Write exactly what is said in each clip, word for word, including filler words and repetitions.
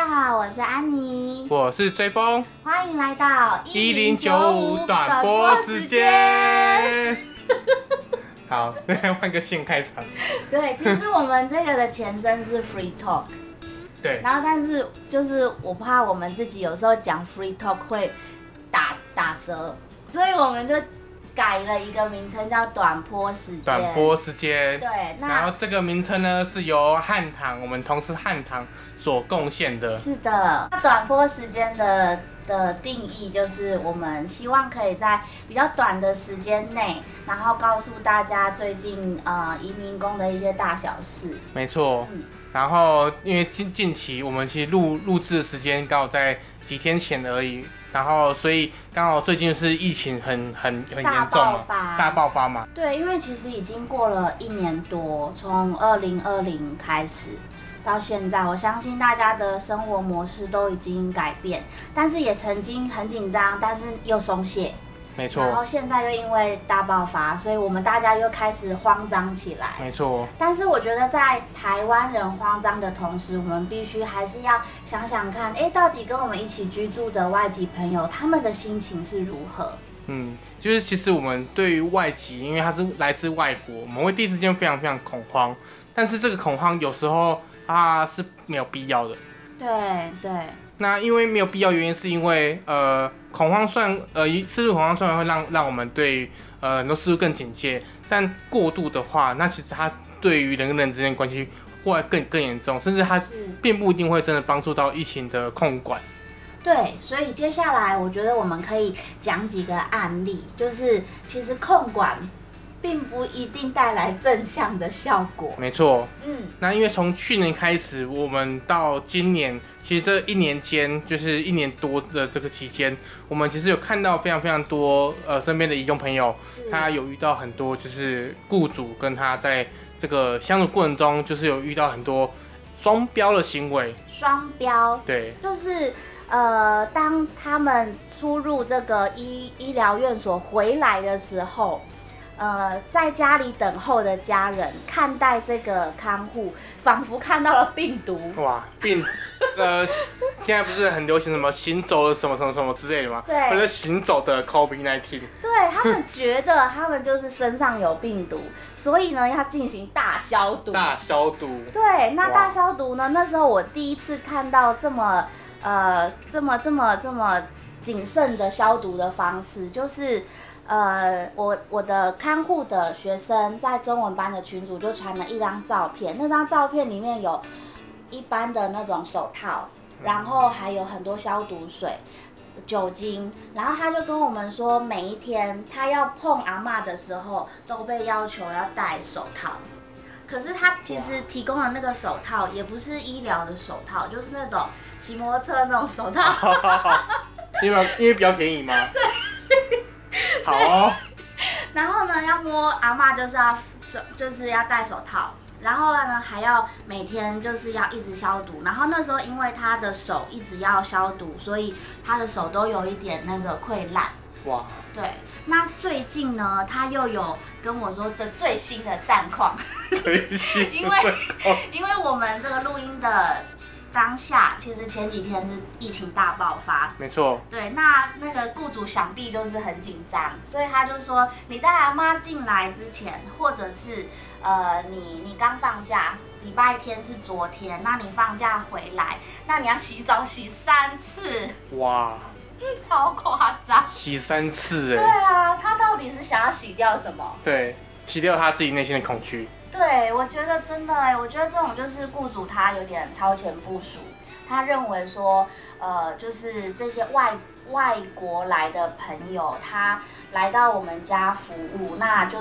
家好，我是安妮， 我是追风， 欢迎来到一零九五短波时间。好，换个新开场。 对，其实我们这个的前身是 free talk。 对。 然后，但是就是我怕我们自己有时候讲 free talk 会打打折，所以我们就改了一个名称叫短波时间。 短波时间。 对，那然后这个名称呢是由汉唐，我们同事汉唐所贡献的。 是的，那短波时间的的定义就是我们希望可以在比较短的时间内，然后告诉大家最近呃移民工的一些大小事。 没错。嗯。然后因为近近期我们其实录录制的时间刚好在几天前而已。然后，所以刚好最近是疫情很很很严重嘛，大爆发嘛。 对，因为其实已经过了一年多，从二零二零开始到现在，我相信大家的生活模式都已经改变，但是也曾经很紧张，但是又松懈。 没错。 然后现在又因为大爆发，所以我们大家又开始慌张起来。 没错。 但是我觉得在台湾人慌张的同时，我们必须还是要想想看，哎，到底跟我们一起居住的外籍朋友，他们的心情是如何？ 嗯，就是其实我们对于外籍，因为他是来自外国，我们会第一时间非常非常恐慌。但是这个恐慌有时候它是没有必要的。 对对。 那因为没有必要，原因是因为呃恐慌算呃适度恐慌虽然会让让我们对呃很多事物更警戒，但过度的话，那其实它对于人跟人之间的关系会更更严重，甚至它并不一定会真的帮助到疫情的控管。 对，所以接下来我觉得我们可以讲几个案例，就是其实控管并不一定带来正向的效果。 没错。 嗯。 那因为从去年开始，我们到今年，其实这一年间，就是一年多的这个期间，我们其实有看到非常非常多呃身边的移工朋友，他有遇到很多就是雇主跟他在这个相处过程中，就是有遇到很多双标的行为。 双标。 对。 就是呃，当他们出入这个医医疗院所回来的时候。呃，在家里等候的家人看待这个看护，仿佛看到了病毒。 哇，病，呃，现在不是很流行什么行走的什么什么什么之类的吗？ 对， 或者行走的 COVID 十九。 对，他们觉得他们就是身上有病毒，所以呢要进行大消毒。 大消毒。 对，那大消毒呢？那时候我第一次看到这么呃这么这么这么谨慎的消毒的方式，就是。呃，我我的看护的学生在中文班的群组就传了一张照片，那张照片里面有一般的那种手套，然后还有很多消毒水、酒精，然后他就跟我们说，每一天他要碰阿嬷的时候都被要求要戴手套，可是他其实提供的那个手套也不是医疗的手套，就是那种骑摩托车的那种手套， 因为因为比较便宜吗？ 对。 好哦。 然后呢，要摸阿嬷就是要手，就是要戴手套，然后呢还要每天就是要一直消毒。然后那时候因为他的手一直要消毒，所以他的手都有一点那个溃烂。 哇。 对，那最近呢，他又有跟我说的最新的战况。 最新的因为因为我们这个录音的。当下其实前几天是疫情大爆发， 没错。 对，那那个雇主想必就是很紧张，所以他就说，你带阿妈进来之前，或者是呃你你刚放假，礼拜天是昨天，那你放假回来，那你要洗澡洗三次。 哇， 超夸张。 洗三次哎。 对啊，他到底是想要洗掉什么？ 对，洗掉他自己内心的恐惧。 对，我觉得真的哎，我觉得这种就是雇主他有点超前部署，他认为说，呃，就是这些外外国来的朋友，他来到我们家服务，那就是，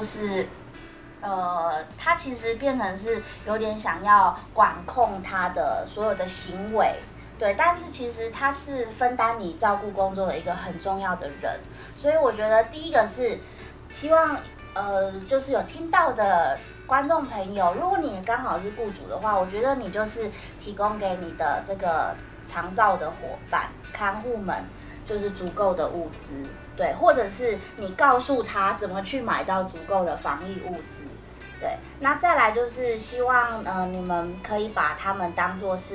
呃，他其实变成是有点想要管控他的所有的行为，对，但是其实他是分担你照顾工作的一个很重要的人，所以我觉得第一个是希望，呃，就是有听到的。观众朋友，如果你刚好是雇主的话，我觉得你就是提供给你的这个长照的伙伴、看护们，就是足够的物资，对，或者是你告诉他怎么去买到足够的防疫物资，对。那再来就是希望呃你们可以把他们当作是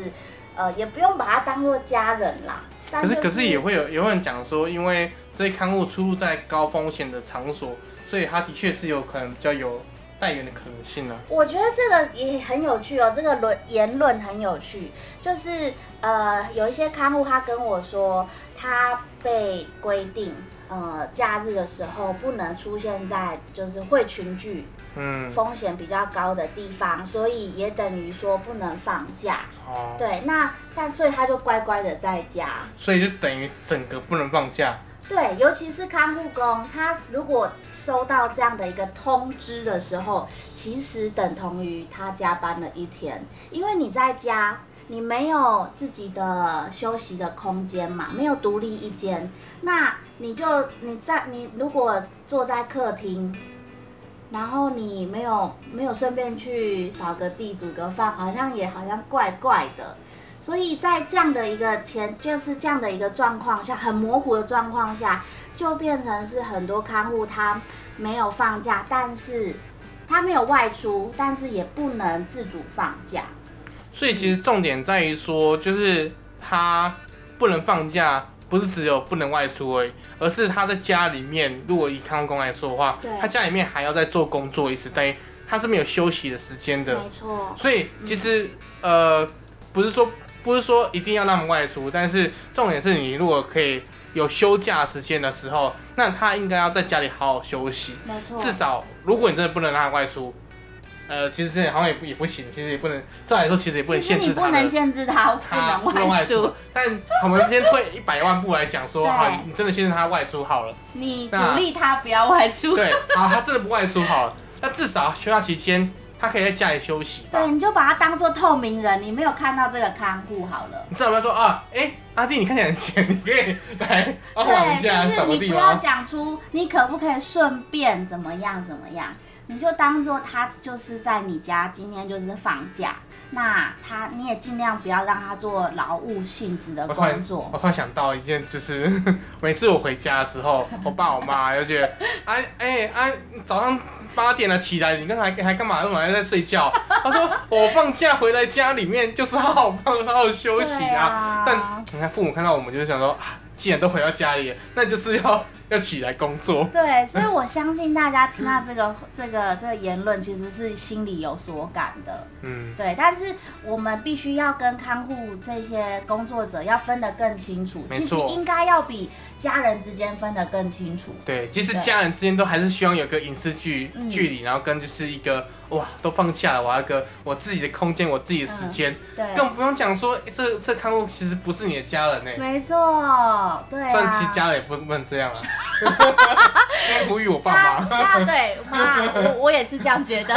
呃，也不用把它当做家人啦。但可是可是也会有也会人讲说，因为这些看护出入在高风险的场所，所以它的确是有可能比较有带源的可能性啊。 我觉得这个也很有趣哦，这个论言论很有趣，就是呃有一些看护他跟我说，他被规定呃假日的时候不能出现在就是会群聚。嗯，风险比较高的地方，所以也等于说不能放假。哦，对，那但所以他就乖乖的在家， 所以就等于整个不能放假。 对，尤其是看护工，他如果收到这样的一个通知的时候，其实等同于他加班了一天，因为你在家，你没有自己的休息的空间嘛，没有独立一间，那你就你在你如果坐在客厅。然后你没有没有顺便去扫个地煮个饭，好像也好像怪怪的，所以在这样的一个前就是这样的一个状况下，很模糊的状况下，就变成是很多看护他没有放假，但是他没有外出，但是也不能自主放假。 所以其实重点在于说，就是他不能放假。不是只有不能外出而已，而是他在家里面，如果以看护工来说的话，他家里面还要再做工作一次，等于他是没有休息的时间的。 没错。 所以其实、嗯、呃，不是说不是说一定要让他们外出，但是重点是你如果可以有休假时间的时候，那他应该要在家里好好休息。 没错。 至少如果你真的不能让他外出。呃，其实好像也不也不行，其实也不能，照来说其实也不能限制他。 其实你不能限制他不能外出。 但我们先退一百万步来讲说，好，你真的限制他外出好了。 你鼓励他不要外出。 对，好，他真的不外出好了，那至少休假期间，他可以在家里休息。 对，你就把他当做透明人，你没有看到这个看护好了。 你至少不要说啊，哎、欸，阿弟，你看起来很闲，你可以来帮忙一下， 就是你不要讲出你可不可以顺便怎么样怎么样。你就当做他就是在你家，今天就是放假，那他你也尽量不要让他做劳务性质的工作。 我突然想到一件，就是每次我回家的时候，我爸我妈就觉得，哎哎哎，早上八点了起来，你刚才还干嘛？我还在睡觉。他说我放假回来家里面就是好好放好好休息啊。啊但你看父母看到我们就是想说，啊，既然都回到家里了，那就是要。要起来工作， 对，所以我相信大家听到这个这个这个言论，其实是心里有所感的，嗯，对。但是我们必须要跟看护这些工作者要分得更清楚，其实应该要比家人之间分得更清楚。 对，其实家人之间都还是希望有个隐私距距离，然后跟就是一个哇，都放假了，我要一个我自己的空间，我自己的时间，嗯，对，更不用讲说，欸，这这看护其实不是你的家人呢， 没错，对啊， 虽然其实家人也不不能这样啊。先呼吁我爸妈， 家对妈，我我也是这样觉得。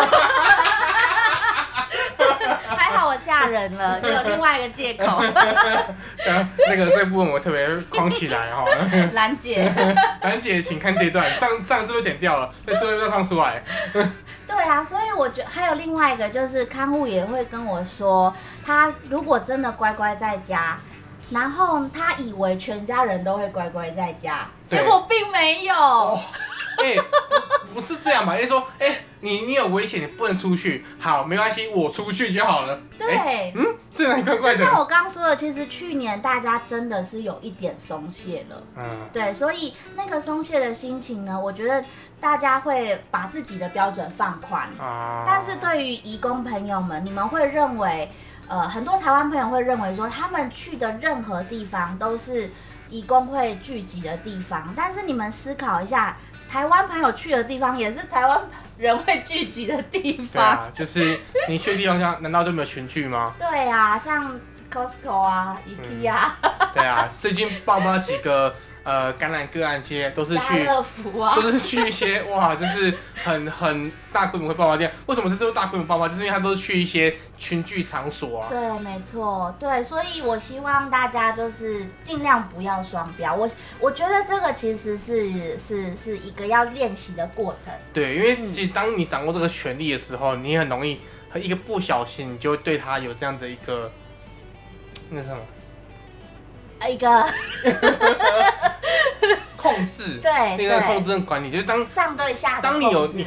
还好我嫁人了，有另外一个借口。 那个这部分我特别框起来哈。 兰姐， 兰姐，请看这段，上上次都剪掉了，这次又放出来。 对啊，所以我觉得还有另外一个就是看护也会跟我说，他如果真的乖乖在家。然后他以为全家人都会乖乖在家，结果并没有。哦欸、不, 不是这样吧？就是说，哎、欸，你你有危险，你不能出去，好，没关系，我出去就好了。 对， 欸、嗯，这很怪怪的。 就像我刚刚说的，其实去年大家真的是有一点松懈了，嗯，对，所以那个松懈的心情呢，我觉得大家会把自己的标准放宽，啊，但是对于移工朋友们，你们会认为。呃，很多台湾朋友会认为说，他们去的任何地方都是移工会聚集的地方，但是你们思考一下，台湾朋友去的地方也是台湾人会聚集的地方。对啊，就是你去的地方下，难道就没有群聚吗？ 对啊，像 Costco 啊 ，IKEA、嗯。 对啊，最近爆发几个。呃，感染个案这些都是去， 啊、 都是去一些哇，就是很很大规模会爆发店。为什么是这种大规模爆发？就是因为它都是去一些群聚场所啊。 对，没错，对，所以我希望大家就是尽量不要双标。我我觉得这个其实是是是一个要练习的过程。 对，因为其实当你掌握这个权利的时候，你很容易一个不小心，你就会对他有这样的一个那什么。 一个控制， 对， 那个控制跟管理，就是当上对下的当你有，你可以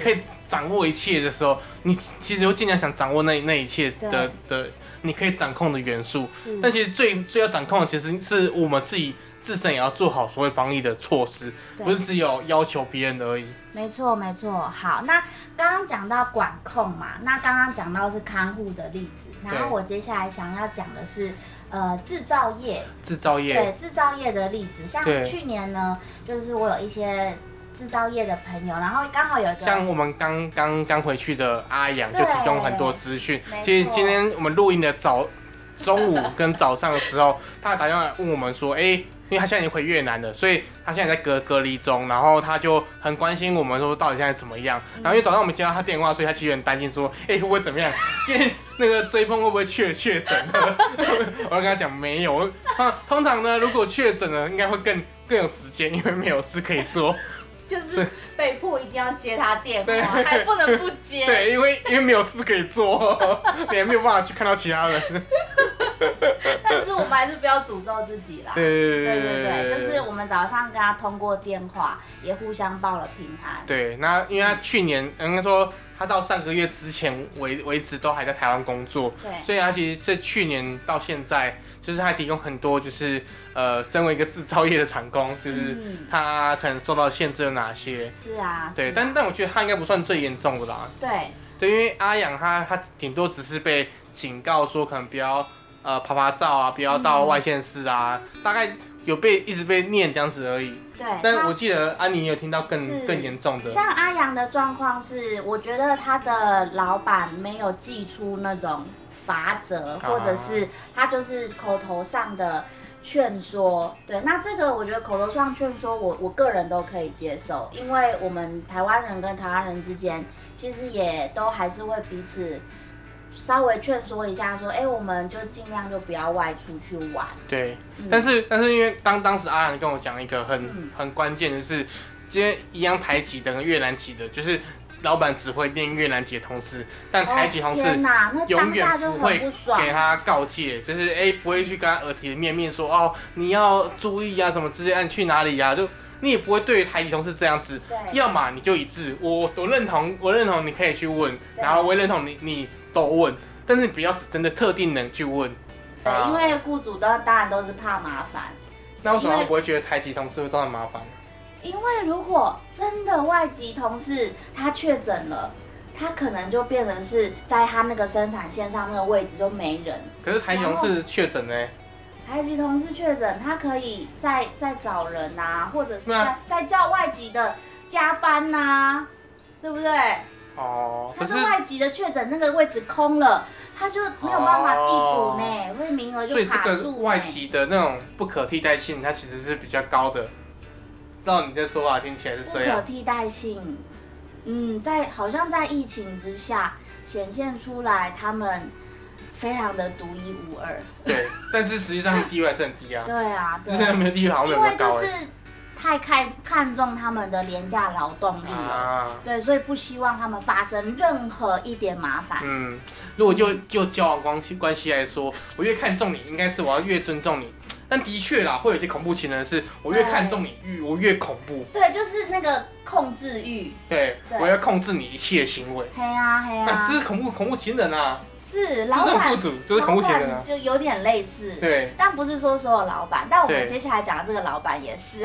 掌握一切的时候，你其实就尽量想掌握那那一切的的你可以掌控的元素。但其实最最要掌控的，其实是我们自己自身也要做好所谓防疫的措施，不是只有要求别人而已。 没错，没错。好，那刚刚讲到管控嘛，那刚刚讲到是看护的例子，然后我接下来想要讲的是，呃，制造业， 制造业， 对，制造业的例子，像去年呢，就是我有一些制造业的朋友，然后刚好有一个， 像我们刚刚刚回去的阿阳就提供很多资讯。其实今天我们录音的早中午跟早上的时候，他打电话问我们说，哎、欸，因为他现在已经回越南了，所以他现在在隔隔离中，然后他就很关心我们说到底现在怎么样。然后因为早上我们接到他电话，所以他其实很担心说，哎、欸，会不会怎么样？因为那个追风会不会确确诊了？我就跟他讲没有，通常呢，如果确诊了，应该会更更有时间，因为没有事可以做。 就是被迫一定要接他电话，还不能不接。 对，因为因为没有事可以做，你也没有办法去看到其他人。 但是我们还是不要诅咒自己啦。 对对对对对，就是我们早上跟他通过电话，也互相报了平安。 对，那因为他去年应该说他到上个月之前为为止都还在台湾工作， 对， 所以他其实在去年到现在，就是他提供很多就是呃，身为一个制造业的厂工，就是他可能受到限制有哪些？ 是啊， 对， 是啊但但我觉得他应该不算最严重的啦。 对对，因为阿阳他他顶多只是被警告说可能不要呃拍拍照啊，不要到外县市啊，嗯、大概有被一直被念这样子而已。 对， 但我记得安妮也有听到更更严重的。 像阿阳的状况是，我觉得他的老板没有寄出那种罚则，或者是他就是口头上的劝说。对，那这个我觉得口头上劝说我，我个人都可以接受，因为我们台湾人跟台湾人之间，其实也都还是会彼此稍微劝说一下，说，哎、欸，我们就尽量就不要外出去玩。 对，嗯、但是但是因为当当时阿阳跟我讲一个很、嗯、很关键的是，今天一样台籍的跟越南籍的，就是老板只会念越南籍的同事，但台籍同事永远不会给他告诫，就是哎、欸、不会去跟他耳提面命说哦你要注意啊什么之类，你去哪里啊就。你也不会对台籍同事这样子，要么你就一致，我我认同，我认同你可以去问，然后我也认同你你都问，但是不要只针对特定人去问。 对，因为雇主都当然都是怕麻烦。 那为什么不会觉得台籍同事会造成麻烦？ 因为如果真的外籍同事他确诊了，他可能就变成是在他那个生产线上那个位置就没人。 可是台籍同事确诊呢？ 台籍同事确诊，他可以再再找人啊，或者是再再叫外籍的加班呐、啊，对不对？ 哦， 他是外籍的确诊，那个位置空了，他就没有办法递补呢，因为名额就卡住。 所以这个外籍的那种不可替代性，它其实是比较高的。知道你这说法听起来是这样。 不可替代性，嗯，在好像在疫情之下显现出来，他们非常的独一无二。 对，但是实际上地位还是很低啊。 对啊，对啊， 就是没有地位好像没有高。 因为就是太看看重他们的廉价劳动力了，啊、对，所以不希望他们发生任何一点麻烦。 嗯，如果就就交往关系关系来说，我越看重你，应该是我要越尊重你。但的确啦，会有一些恐怖情人是，我越看重你，越我越恐怖。 对，就是那个控制欲。 对，对我要控制你一切的行为。 嘿啊嘿啊， 那是恐怖恐怖情人啊。 是老板， 雇主就是恐怖情人啊， 就有点类似。 对， 但不是说所有老板，但我们接下来讲的这个老板也是。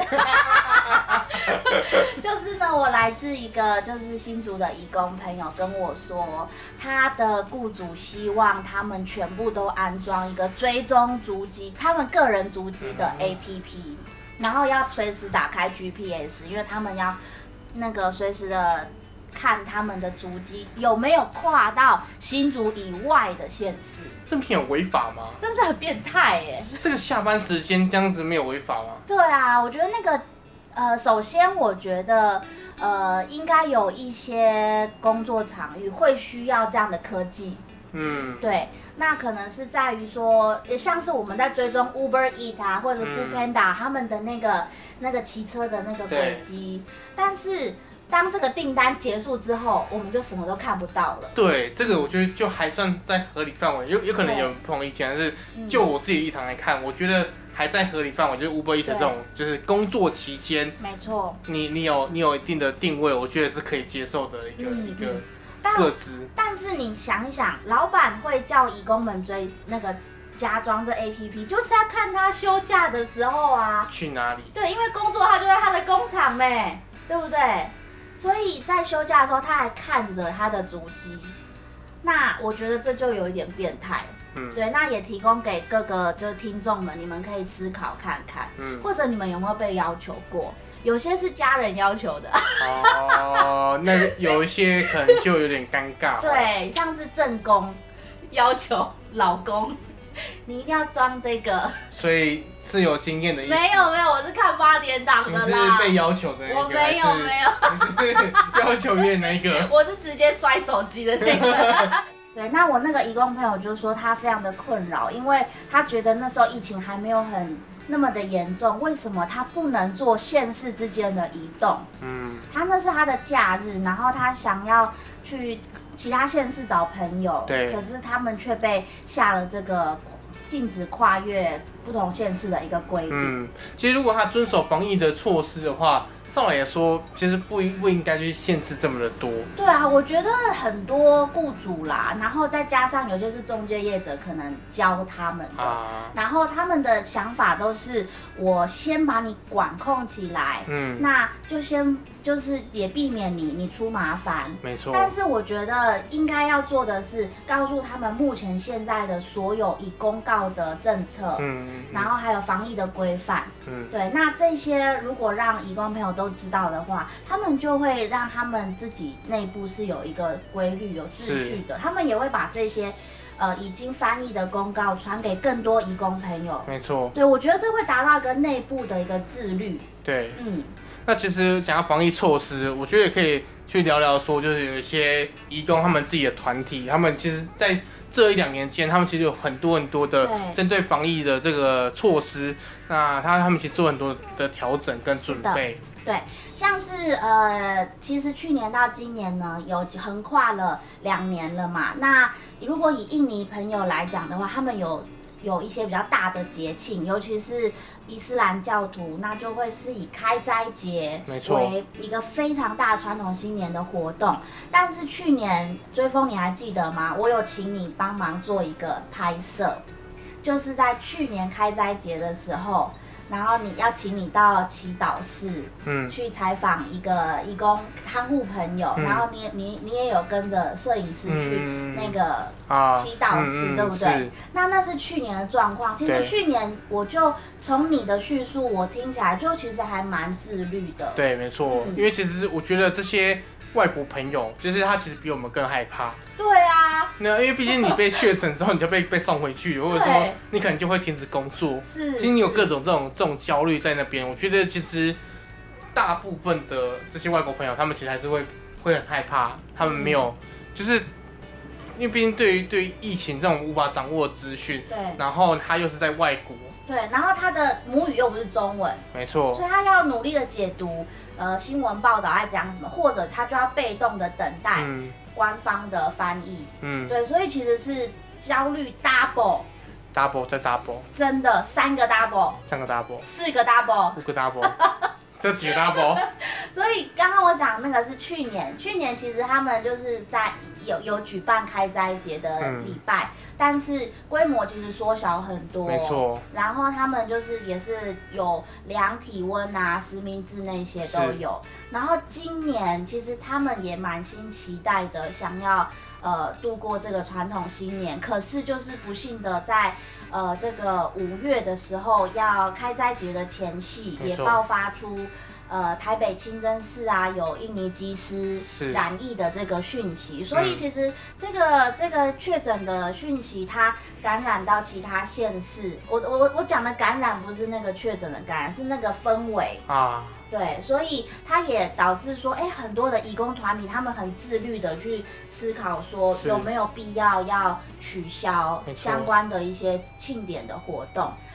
就是呢，我来自一个就是新竹的移工朋友跟我说，他的雇主希望他们全部都安装一个追踪足迹，他们个人足迹的 A P P，、嗯、然后要随时打开 G P S， 因为他们要那个随时的看他们的足迹有没有跨到新竹以外的县市。 这片有违法吗？ 真是很变态耶！ 这个下班时间这样子没有违法吗？ 对啊，我觉得那个呃，首先我觉得呃，应该有一些工作场域会需要这样的科技。嗯，对，那可能是在于说，也像是我们在追踪 Uber Eat 啊，或者 Food Panda、嗯、他们的那个那个骑车的那个轨迹，但是当这个订单结束之后，我们就什么都看不到了。 对，这个我觉得就还算在合理范围，有有可能有不同意见，但是就我自己的立场来看，我觉得还在合理范围。就是 Uber Eats 这种，就是工作期间， 没错， 你你有你有一定的定位，我觉得是可以接受的一个、嗯、一个个资。 但是你想一想，老板会叫移工们追那个加装这 A P P， 就是要看他休假的时候啊， 去哪里？ 对，因为工作他就在他的工厂呗，对不对？所以在休假的时候，他还看着他的足迹，那我觉得这就有一点变态。嗯，对，那也提供给各个就是听众们，你们可以思考看看，嗯，或者你们有没有被要求过？有些是家人要求的。 哦，那有一些可能就有点尴尬。 对，像是正宫要求老公，你一定要装这个。 所以是有经验的意思。 没有没有，我是看八点档的啦。 你是被要求的那个？ 我没有没有。 你是要求别人那一个？ 我是直接摔手机的那个。对，那我那个移工朋友就说他非常的困扰，因为他觉得那时候疫情还没有很那么的严重，为什么他不能做县市之间的移动？嗯，他那是他的假日，然后他想要去其他县市找朋友， 对， 可是他们却被下了这个禁止跨越不同县市的一个规定。 嗯，其实如果他遵守防疫的措施的话，照来说，其实不不应该去限制这么的多。 对啊，我觉得很多雇主啦，然后再加上有些是中介业者，可能教他们的，啊、然后他们的想法都是我先把你管控起来，嗯，那就先就是也避免你你出麻烦。 没错。 但是我觉得应该要做的是告诉他们目前现在的所有已公告的政策，嗯，嗯然后还有防疫的规范，嗯，对，那这些如果让移工朋友都知道的话，他们就会让他们自己内部是有一个规律、有秩序的。他们也会把这些呃已经翻译的公告传给更多移工朋友。 没错。 对，我觉得这会达到一个内部的一个自律。 对，嗯。那其实讲到防疫措施，我觉得也可以去聊聊说，就是有一些移工他们自己的团体，他们其实在这一两年间，他们其实有很多很多的针对防疫的这个措施，那他他们其实做很多的调整跟准备。 对，像是呃，其实去年到今年呢，有横跨了两年了嘛。那如果以印尼朋友来讲的话，他们有有一些比较大的节庆，尤其是伊斯兰教徒，那就会是以开斋节为一个非常大的传统新年的活动。但是去年追风你还记得吗？我有请你帮忙做一个拍摄，就是在去年开斋节的时候。然后你要请你到祈祷室，嗯，去采访一个义工看护朋友，嗯、然后你你你也有跟着摄影师去那个祈祷室，嗯、对不对？那那是去年的状况。其实去年我就从你的叙述，我听起来就其实还蛮自律的。 对，没错，嗯、因为其实我觉得这些外国朋友，就是他其实比我们更害怕。 对啊， 那因为毕竟你被确诊之后，你就被被送回去，或者说你可能就会停止工作。 是， 其实你有各种这种这种焦虑在那边。我觉得其实大部分的这些外国朋友，他们其实还是会会很害怕，他们没有，嗯、就是因为毕竟对于对于疫情这种无法掌握的资讯， 对， 然后他又是在外国。 对，然后他的母语又不是中文， 没错， 所以他要努力的解读呃新闻报道在讲什么，或者他就要被动的等待官方的翻译。嗯，对，所以其实是焦虑 double double 再 double， 真的三个 double， 三个 double， 四个 double， 五个 double， 这几个 double。 所以刚刚我讲那个是去年，去年其实他们就是在。有有举办开斋节的礼拜，嗯、但是规模其实缩小很多， 没错。 然后他们就是也是有量体温啊、实名制那些都有。然后今年其实他们也满心期待的，想要呃度过这个传统新年，可是就是不幸的在呃这个五月的时候要开斋节的前夕，也爆发出。呃，台北清真寺啊，有印尼机师染疫的这个讯息，所以其实这个这个确诊的讯息，它感染到其他县市。我我我讲的感染不是那个确诊的感染，是那个氛围啊。对，所以它也导致说，哎，很多的移工团体他们很自律的去思考说，有没有必要要取消相关的一些庆典的活动。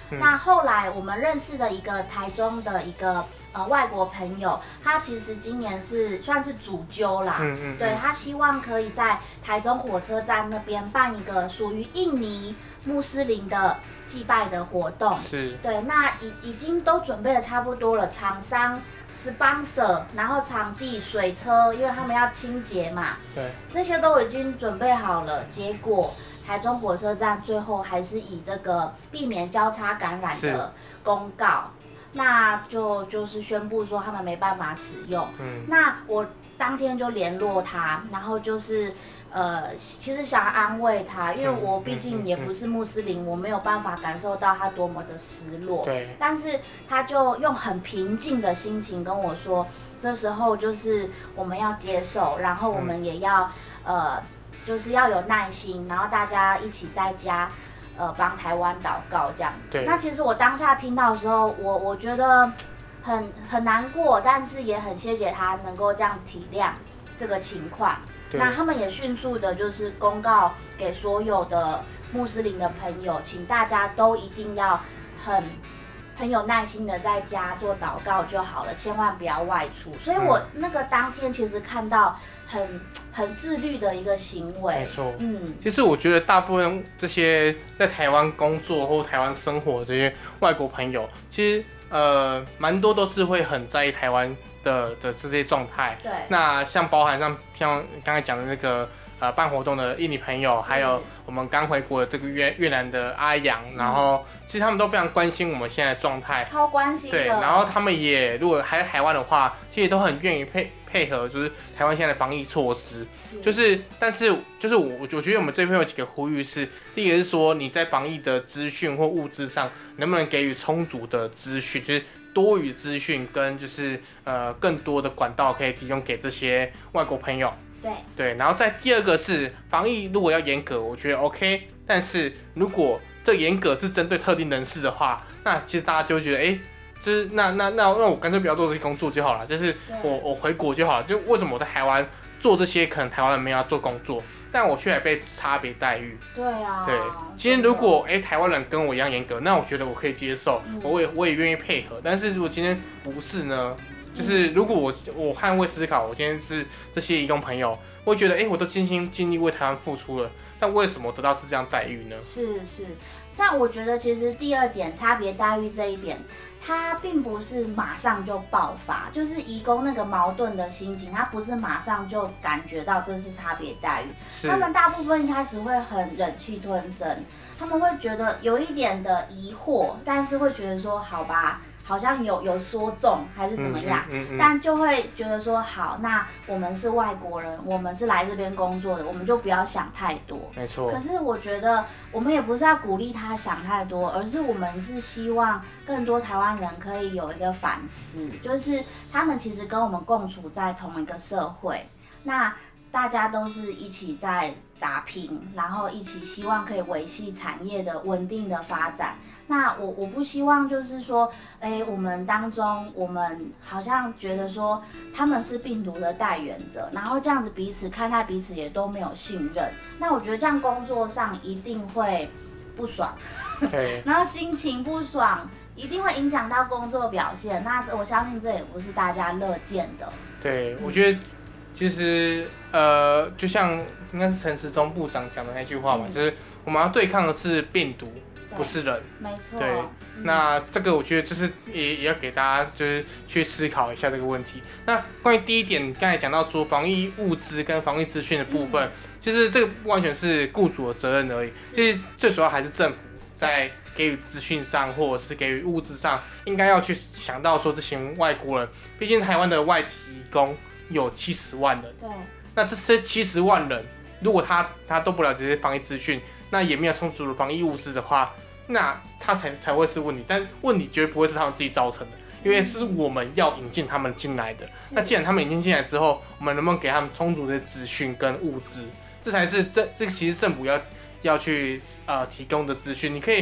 嗯、那后来我们认识的一个台中的一个呃外国朋友，他其实今年是算是主揪啦，嗯嗯嗯对他希望可以在台中火车站那边办一个属于印尼穆斯林的祭拜的活动， 是， 对，那已已经都准备的差不多了，厂商、sponsor， 然后场地、水车，因为他们要清洁嘛， 对， 那些都已经准备好了，结果台中火车站最后还是以这个避免交叉感染的公告，那就就是宣布说他们没办法使用。嗯，那我当天就联络他，然后就是呃，其实想要安慰他，因为我毕竟也不是穆斯林，嗯嗯嗯、我没有办法感受到他多么的失落。 对， 但是他就用很平静的心情跟我说，这时候就是我们要接受，然后我们也要、嗯、呃。就是要有耐心，然后大家一起在家，呃，帮台湾祷告这样子。那其实我当下听到的时候，我我觉得很很难过，但是也很谢谢他能够这样体谅这个情况。那他们也迅速的，就是公告给所有的穆斯林的朋友，请大家都一定要很。很有耐心的在家做祷告就好了，千万不要外出。所以我那个当天其实看到很很自律的一个行为。 没错，嗯，其实我觉得大部分这些在台湾工作或台湾生活的这些外国朋友，其实呃蛮多都是会很在意台湾的的这些状态。对，那像包含像像刚才讲的那个。呃，办活动的印尼朋友，还有我们刚回国的这个越越南的阿阳，嗯、然后其实他们都非常关心我们现在的状态， 超关心的。 对，然后他们也如果还在台湾的话，其实都很愿意配配合，就是台湾现在的防疫措施。是，就是但是就是我我觉得我们这边有几个呼吁是，第一个是说你在防疫的资讯或物资上，能不能给予充足的资讯，就是。多余资讯跟就是呃更多的管道可以提供给这些外国朋友。 对对，然后再第二个是防疫，如果要严格，我觉得 OK。但是如果这严格是针对特定人士的话，那其实大家就会觉得，哎，就是那那那那我干脆不要做这些工作就好了，就是我我回国就好了。就为什么我在台湾做这些，可能台湾人没有要做工作？但我却还被差别待遇。 对啊。 对，今天如果哎台湾人跟我一样严格，那我觉得我可以接受，嗯、我也我也愿意配合。但是如果今天不是呢？就是如果我我换位思考，我今天是这些移工朋友，我会觉得哎，我都尽心尽力为台湾付出了，但为什么得到是这样待遇呢？ 是是，这样我觉得其实第二点差别待遇这一点。他并不是马上就爆发，就是移工那个矛盾的心情，他不是马上就感觉到这是差别待遇。他们大部分一开始会很忍气吞声，他们会觉得有一点的疑惑，但是会觉得说好吧，好像有有说中还是怎么样，嗯嗯嗯嗯、但就会觉得说好，那我们是外国人，我们是来这边工作的，我们就不要想太多。 没错。 可是我觉得我们也不是要鼓励他想太多，而是我们是希望更多台湾人可以有一个反思，就是他们其实跟我们共处在同一个社会，那大家都是一起在打拼，然后一起希望可以维系产业的稳定的发展。那我我不希望就是说，哎，我们当中我们好像觉得说他们是病毒的带源者，然后这样子彼此看待彼此也都没有信任。那我觉得这样工作上一定会不爽， 对， 然后心情不爽，一定会影响到工作表现。那我相信这也不是大家乐见的。 对，我觉得。其实，呃，就像应该是陈时中部长讲的那句话嘛，嗯、就是我们要对抗的是病毒，不是人。 没错。 对，嗯、那这个我觉得就是也也要给大家就是去思考一下这个问题。那关于第一点，刚才讲到说防疫物资跟防疫资讯的部分，嗯、其实这个不完全是雇主的责任而已，其实最主要还是政府在给予资讯上或者是给予物资上，应该要去想到说这些外国人，毕竟台湾的外籍移工。有七十万人， 对， 那这些七十万人，如果他他都不了解这些防疫资讯，那也没有充足的防疫物资的话，那他才才会是问题。但问题绝对不会是他们自己造成的，因为是我们要引进他们进来的。那既然他们引进进来之后，我们能不能给他们充足的资讯跟物资，这才是这这其实政府要要去呃提供的资讯。你可以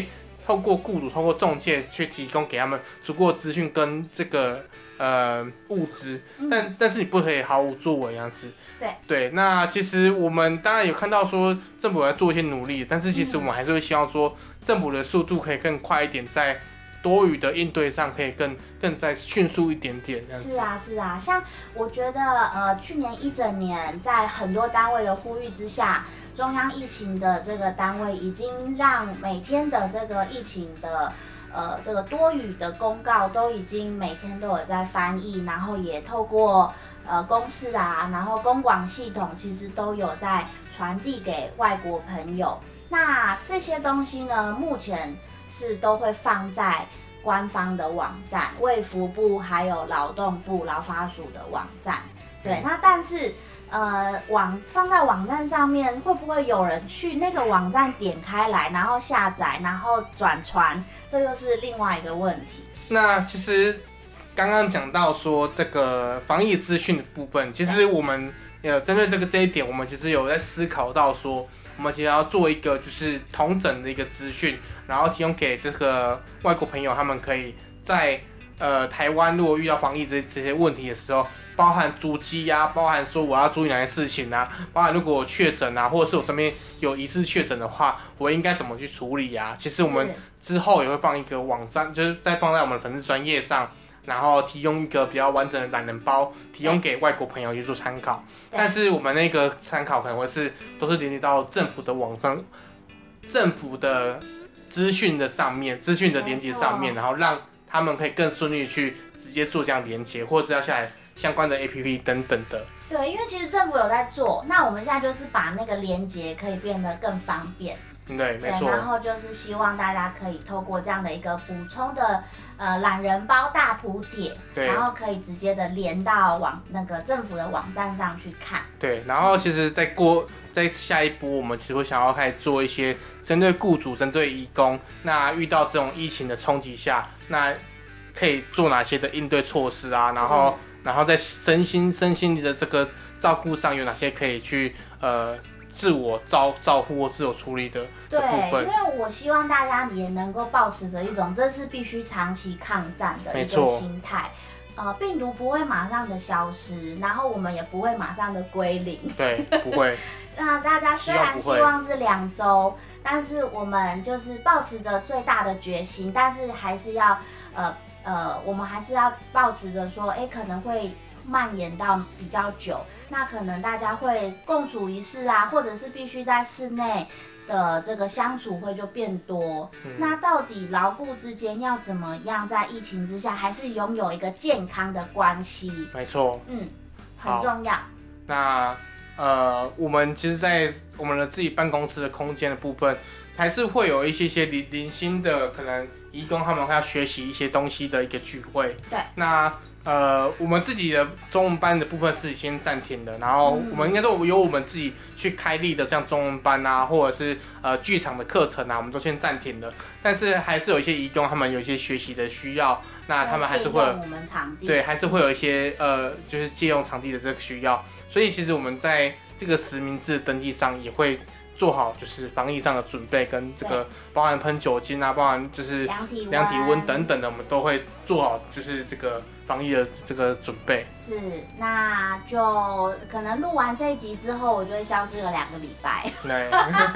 透过雇主、透过中介去提供给他们足够的资讯跟这个呃物资，但、嗯、但是你不可以毫无作为这样子。 对对，那其实我们当然有看到说政府在做一些努力，但是其实我们还是会希望说政府的速度可以更快一点，在多余的应对上可以更更再迅速一点点这样子。 是啊是啊，像我觉得呃去年一整年在很多单位的呼吁之下，中央疫情的这个单位已经让每天的这个疫情的呃这个多语的公告都已经每天都有在翻译，然后也透过呃公示啊，然后公广系统其实都有在传递给外国朋友。那这些东西呢，目前是都会放在官方的网站，卫福部还有劳动部劳发署的网站。对，那但是呃网放在网站上面，会不会有人去那个网站点开来，然后下载，然后转传？这又是另外一个问题。 那其实刚刚讲到说这个防疫资讯的部分，其实我们呃针对这个这一点，我们其实有在思考到说，我们其实要做一个就是统整的一个资讯，然后提供给这个外国朋友，他们可以在呃台湾如果遇到防疫这这些问题的时候，包含足迹啊，包含说我要注意哪些事情啊，包含如果我确诊啊，或者是我身边有疑似确诊的话，我应该怎么去处理啊？其实我们之后也会放一个网站，就是再放在我们的粉丝专页上。然后提供一个比较完整的懒人包，提供给外国朋友去做参考。但是我们那个参考可能会是都是连接到政府的网站、政府的资讯的上面、资讯的连接上面，然后让他们可以更顺利去直接做这样连接，或者是要下载相关的 A P P 等等的。 对，因为其实政府有在做，那我们现在就是把那个连接可以变得更方便。 对，没错。 然后就是希望大家可以透过这样的一个补充的呃懒人包大补帖，然后可以直接的连到网那个政府的网站上去看。 对，然后其实再过在下一步，我们其实会想要开始做一些针对雇主、针对移工，那遇到这种疫情的冲击下，那可以做哪些的应对措施啊？然后，然后在身心身心的这个照顾上有哪些可以去呃。自我照照护或自我处理的的部分。 对，因为我希望大家也能够抱持着一种这是必须长期抗战的一个心态。呃，病毒不会马上的消失，然后我们也不会马上的归零。 对，不会。 那大家虽然希望是两周，但是我们就是抱持着最大的决心，但是还是要呃呃，我们还是要抱持着说，哎，可能会蔓延到比较久，那可能大家会共处一室啊，或者是必须在室内的这个相处会就变多。嗯、那到底劳雇之间要怎么样在疫情之下还是拥有一个健康的关系？ 没错， 嗯，很重要。 那呃，我们其实，在我们的自己办公室的空间的部分，还是会有一些些零零星的可能移工他们会要学习一些东西的一个聚会。 对， 那。呃，我们自己的中文班的部分是先暂停的，然后我们应该说由我们自己去开立的，像中文班啊，或者是呃剧场的课程啊，我们都先暂停了。但是还是有一些移工，他们有一些学习的需要，那他们还是会我们场地， 对，还是会有一些呃，就是借用场地的这个需要。所以其实我们在这个实名制登记上也会做好，就是防疫上的准备，跟这个包含喷酒精啊，包含就是量体温、 量体温等等的，我们都会做好，就是这个。防疫的这个准备是，那就可能录完这一集之后，我就会消失了两个礼拜。 对，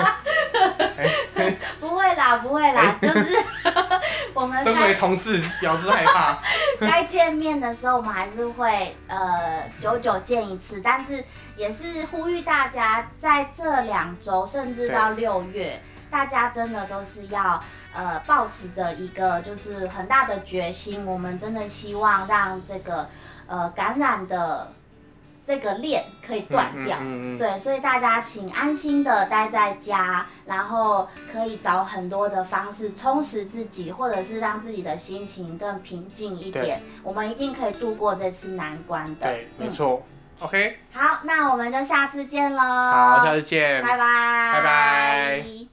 不会啦，不会啦，就是我们身为同事表示害怕。 该见面的时候，我们还是会呃久久见一次，但是也是呼吁大家在这两周甚至到六月。大家真的都是要呃抱持着一个就是很大的决心，我们真的希望让这个呃感染的这个链可以断掉。嗯嗯嗯、对，所以大家请安心的待在家，然后可以找很多的方式充实自己，或者是让自己的心情更平静一点。我们一定可以度过这次难关的。 对，没错。嗯、OK。 好，那我们就下次见喽。 好，下次见。 拜拜。 拜拜。